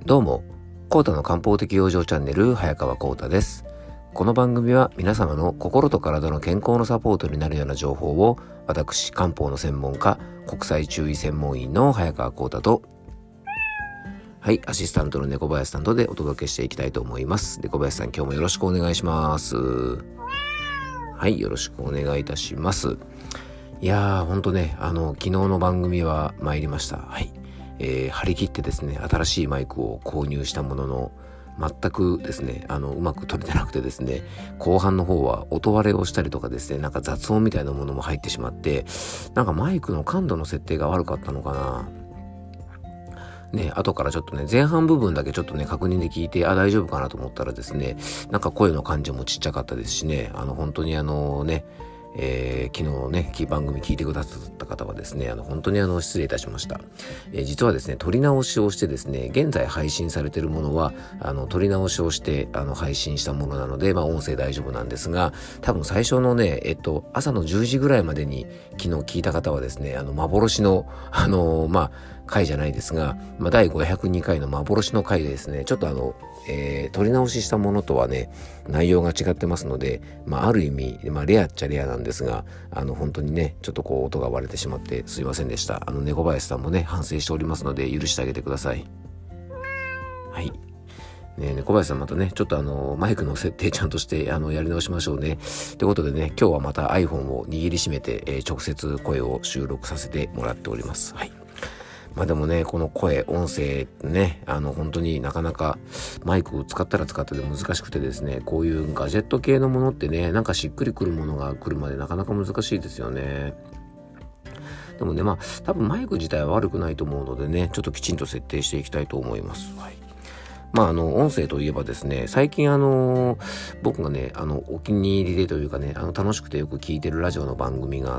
どうも、コータの漢方的養生チャンネル、早川コータです。この番組は皆様の心と体の健康のサポートになるような情報を、私、漢方の専門家、国際中医専門医の早川コータと、アシスタントの猫林さんとでお届けしていきたいと思います。猫林さん、今日もよろしくお願いします。よろしくお願いいたします。いやー、ほんとね、昨日の番組は参りました。張り切ってですね、新しいマイクを購入したものの、全くですね、うまく撮れてなくてですね、後半の方は音割れをしたりとかですね、なんか雑音みたいなものも入ってしまって、なんかマイクの感度の設定が悪かったのかな。後からちょっとね、前半部分だけちょっとね、確認で聞いて、大丈夫かなと思ったらですね、なんか声の感じもちっちゃかったですしね、本当に昨日ね、番組聞いてくださった方はですね、本当に失礼いたしました。実はですね、撮り直しをしてですね、現在配信されているものは、撮り直しをして、配信したものなので、音声大丈夫なんですが、多分最初のね、朝の10時ぐらいまでに昨日聞いた方はですね、幻の、回じゃないですが、第502回の幻の回でですね、ちょっと撮り直ししたものとはね、内容が違ってますので、ある意味、レアっちゃレアなんですが、本当にね、ちょっと音が割れてしまってすいませんでした。猫林さんもね、反省しておりますので、許してあげてください。猫林さんまたね、ちょっとマイクの設定ちゃんとしてやり直しましょうね。ということでね、今日はまた iPhone を握りしめて、直接声を収録させてもらっております。でもね、この声、音声ね、本当になかなかマイクを使ったら使ってで難しくてですね、こういうガジェット系のものってね、なんかしっくりくるものが来るまでなかなか難しいですよね。でもね、多分マイク自体は悪くないと思うのでね、ちょっときちんと設定していきたいと思います。音声といえばですね、最近僕がね、お気に入りでというかね、楽しくてよく聞いてるラジオの番組があって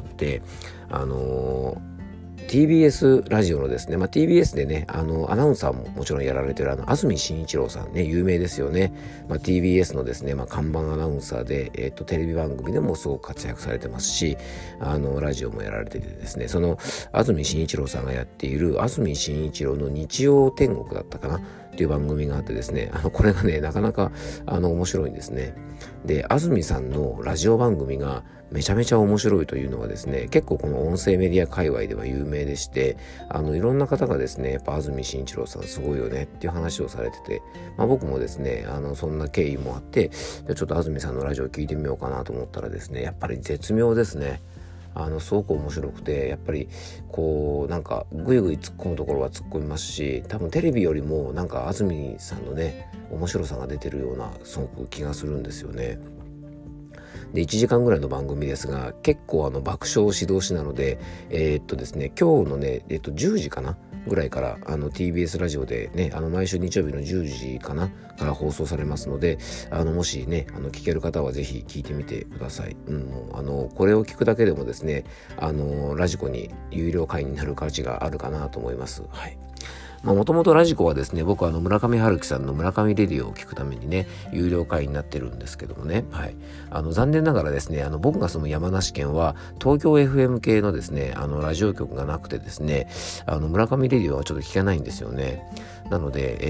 、TBS ラジオのですね、TBS でね、アナウンサーももちろんやられてる安住紳一郎さんね、有名ですよね。TBS のですね、看板アナウンサーで、テレビ番組でもすごく活躍されてますし、ラジオもやられててですね、その安住紳一郎さんがやっている安住紳一郎の日曜天国だったかなっていう番組があってですね、これがね、なかなか面白いんですね。で、安住さんのラジオ番組がめちゃめちゃ面白いというのはですね、結構この音声メディア界隈では有名でして、いろんな方がですね、やっぱ安住紳一郎さんすごいよねっていう話をされてて、僕もですね、そんな経緯もあって、ちょっと安住さんのラジオ聞いてみようかなと思ったらですね、やっぱり絶妙ですね。すごく面白くて、やっぱりなんかぐいぐい突っ込むところは突っ込みますし、多分テレビよりもなんか安住さんのね、面白さが出てるようなすごく気がするんですよね。で、1時間ぐらいの番組ですが、結構爆笑指導しなので、ですね、今日のね、10時かなぐらいからTBS ラジオでね、毎週日曜日の10時かなから放送されますので、もしね、聞ける方はぜひ聞いてみてください。これを聞くだけでもですね、ラジコに有料会員になる価値があるかなと思います。もともとラジコはですね、僕は村上春樹さんの村上レディオを聞くためにね、有料会員になってるんですけどもね、残念ながらですね、僕が住む山梨県は東京 FM 系のですね、ラジオ局がなくてですね、村上レディオはちょっと聞けないんですよね。なので、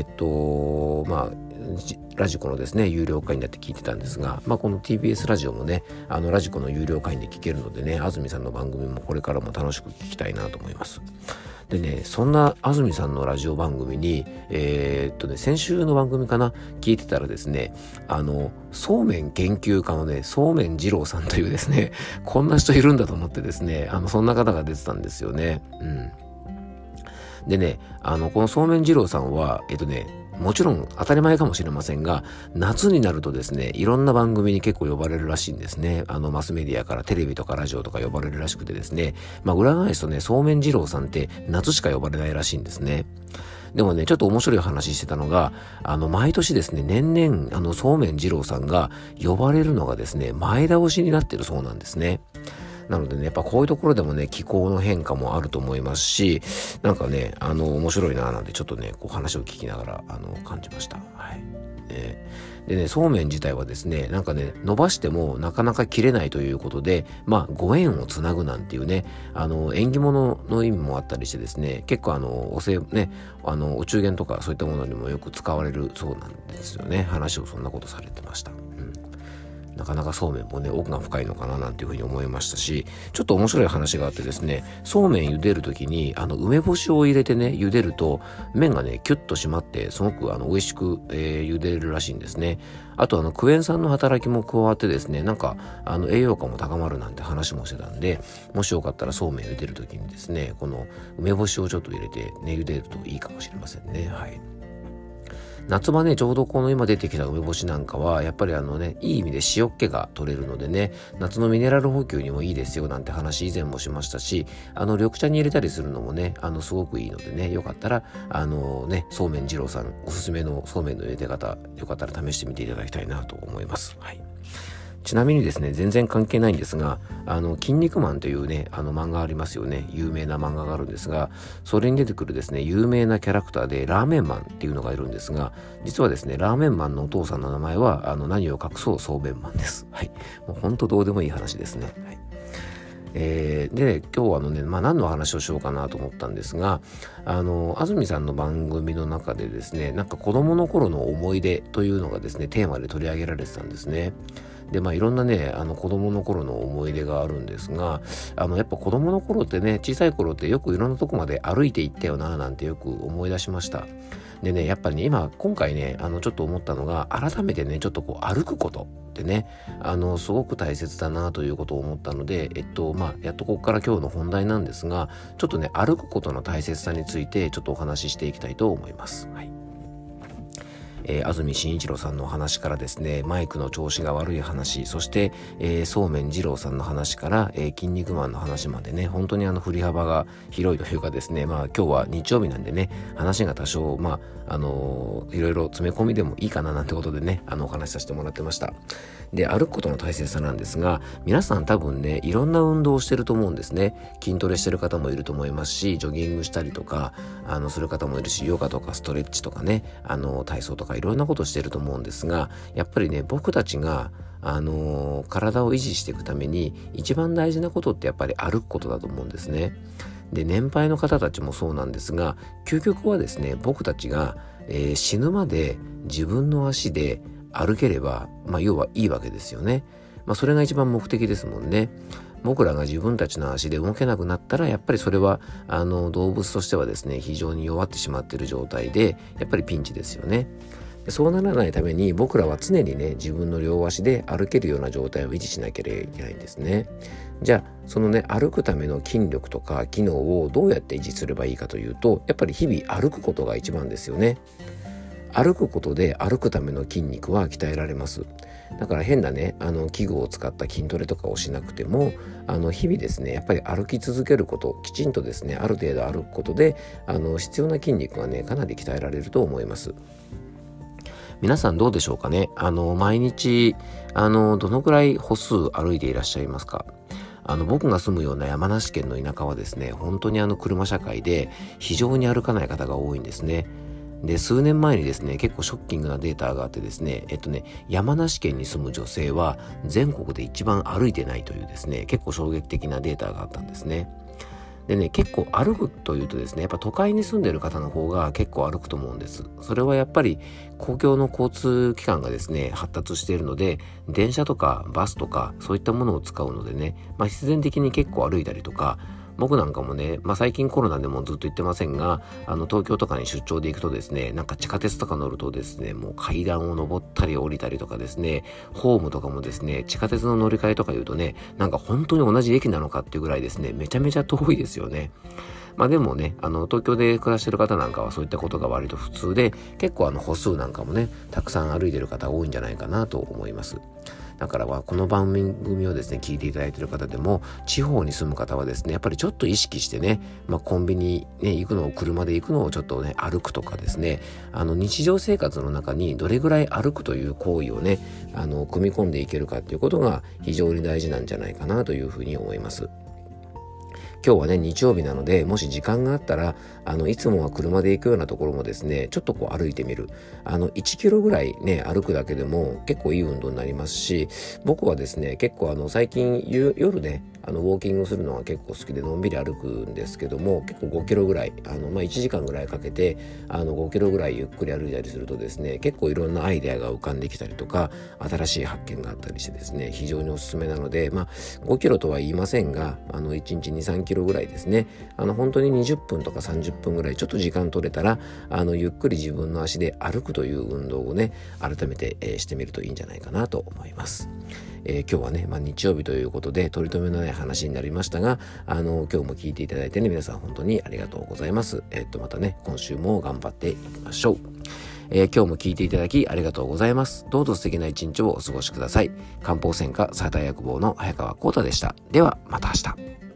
ラジコのですね、有料会員になって聞いてたんですが、この TBS ラジオもね、ラジコの有料会員で聞けるのでね、安住さんの番組もこれからも楽しく聞きたいなと思います。でね、そんな安住さんのラジオ番組に、先週の番組かな、聞いてたらですね、そうめん研究家のね、そうめん二郎さんというですね、こんな人いるんだと思ってですね、そんな方が出てたんですよね。でね、このそうめん二郎さんは、もちろん当たり前かもしれませんが、夏になるとですね、いろんな番組に結構呼ばれるらしいんですね。マスメディアからテレビとかラジオとか呼ばれるらしくてですね、裏返すとね、そうめん二郎さんって夏しか呼ばれないらしいんですね。でもね、ちょっと面白い話してたのが、毎年ですね、年々、そうめん二郎さんが呼ばれるのがですね、前倒しになってるそうなんですね。なのでね、やっぱこういうところでもね、気候の変化もあると思いますし、なんかね、面白いななんてちょっとね、こう話を聞きながら、感じました。 でね、そうめん自体はですね、なんかね、伸ばしてもなかなか切れないということで、ご縁をつなぐなんていうね、縁起物の意味もあったりしてですね、結構お中元とかそういったものにもよく使われるそうなんですよね。話をそんなことされてました。なかなかそうめんもね、奥が深いのかななんていうふうに思いましたし、ちょっと面白い話があってですね、そうめん茹でるときに梅干しを入れてね茹でると麺がねキュッと締まってすごく美味しく、茹でれるらしいんですね。あとクエン酸の働きも加わってですね、なんか栄養価も高まるなんて話もしてたんで、もしよかったらそうめん茹でるときにですね、この梅干しをちょっと入れてね茹でるといいかもしれませんね。はい。夏場ね、ちょうどこの今出てきた梅干しなんかはやっぱりいい意味で塩っ気が取れるのでね、夏のミネラル補給にもいいですよなんて話以前もしましたし、緑茶に入れたりするのもね、すごくいいのでね、よかったらそうめん二郎さんおすすめのそうめんの茹で方、よかったら試してみていただきたいなと思います。はい。ちなみにですね、全然関係ないんですが、筋肉マンというね、漫画ありますよね。有名な漫画があるんですが、それに出てくるですね、有名なキャラクターでラーメンマンっていうのがいるんですが、実はですね、ラーメンマンのお父さんの名前は、何を隠そうそうめんマンです。はい。もう本当どうでもいい話ですね。はい。で今日は何の話をしようかなと思ったんですが、安住さんの番組の中でですね、なんか子供の頃の思い出というのがですねテーマで取り上げられてたんですね。でいろんなね子供の頃の思い出があるんですが、やっぱ子供の頃ってね、小さい頃ってよくいろんなとこまで歩いて行ったよななんてよく思い出しました。でね、やっぱりね今回ねちょっと思ったのが、改めてねちょっと歩くことってねすごく大切だなということを思ったので、やっとここから今日の本題なんですが、ちょっとね歩くことの大切さについてちょっとお話ししていきたいと思います。はい。安住紳一郎さんのお話からですね、マイクの調子が悪い話、そして、そうめん二郎さんの話から、筋肉マンの話までね、本当に振り幅が広いというかですね、今日は日曜日なんでね、話が多少いろいろ詰め込みでもいいかななんてことでね、お話しさせてもらってました。で、歩くことの大切さなんですが、皆さん多分ね、いろんな運動をしてると思うんですね。筋トレしてる方もいると思いますし、ジョギングしたりとかする方もいるし、ヨガとかストレッチとかね、体操とかいろんなことしてると思うんですが、やっぱりね、僕たちが体を維持していくために一番大事なことってやっぱり歩くことだと思うんですね。で、年配の方たちもそうなんですが、究極はですね、僕たちが、死ぬまで自分の足で歩ければ、要はいいわけですよね。それが一番目的ですもんね。僕らが自分たちの足で動けなくなったら、やっぱりそれは動物としてはですね、非常に弱ってしまっている状態で、やっぱりピンチですよね。そうならないために僕らは常にね、自分の両足で歩けるような状態を維持しなければいけないんですね。じゃあそのね、歩くための筋力とか機能をどうやって維持すればいいかというと、やっぱり日々歩くことが一番ですよね。歩くことで歩くための筋肉は鍛えられます。だから変なね器具を使った筋トレとかをしなくても日々ですね、やっぱり歩き続けること、きちんとですねある程度歩くことで必要な筋肉がねかなり鍛えられると思います。皆さんどうでしょうかね。毎日どのくらい歩数歩いていらっしゃいますか。僕が住むような山梨県の田舎はですね、本当に車社会で非常に歩かない方が多いんですね。で、数年前にですね、結構ショッキングなデータがあってですね、山梨県に住む女性は全国で一番歩いてないというですね、結構衝撃的なデータがあったんですね。でね、結構歩くというとですね、やっぱ都会に住んでる方の方が結構歩くと思うんです。それはやっぱり公共の交通機関がですね、発達しているので、電車とかバスとかそういったものを使うのでね、必然的に結構歩いたりとか、僕なんかもね、最近コロナでもずっと言ってませんが、東京とかに出張で行くとですね、なんか地下鉄とか乗るとですね、もう階段を登ったり降りたりとかですね、ホームとかもですね、地下鉄の乗り換えとか言うとね、なんか本当に同じ駅なのかっていうぐらいですね、めちゃめちゃ遠いですよね。でもね、東京で暮らしてる方なんかはそういったことが割と普通で、結構歩数なんかもね、たくさん歩いてる方多いんじゃないかなと思います。だからこの番組をですね聞いていただいている方でも地方に住む方はですね、やっぱりちょっと意識してね、コンビニね行くのを、車で行くのをちょっとね歩くとかですね、日常生活の中にどれぐらい歩くという行為をね組み込んでいけるかということが非常に大事なんじゃないかなというふうに思います。 今日はね日曜日なので、もし時間があったらいつもは車で行くようなところもですね、ちょっとこう歩いてみる。1キロぐらいね歩くだけでも結構いい運動になりますし、僕はですね結構最近夜ねウォーキングするのは結構好きでのんびり歩くんですけども、結構5キロぐらい1時間ぐらいかけて5キロぐらいゆっくり歩いたりするとですね、結構いろんなアイデアが浮かんできたりとか、新しい発見があったりしてですね、非常におすすめなので、5キロとは言いませんが1日 2,3 キロぐらいですね、本当に20分とか30分ぐらいちょっと時間取れたらゆっくり自分の足で歩くという運動をね改めて、してみるといいんじゃないかなと思います。今日はね、日曜日ということで取り留めのない話になりましたが、今日も聞いていただいてね、皆さん本当にありがとうございます。またね今週も頑張っていきましょう。今日も聞いていただきありがとうございます。どうぞ素敵な一日をお過ごしください。漢方専科サーター薬房の早川浩太でした。ではまた明日。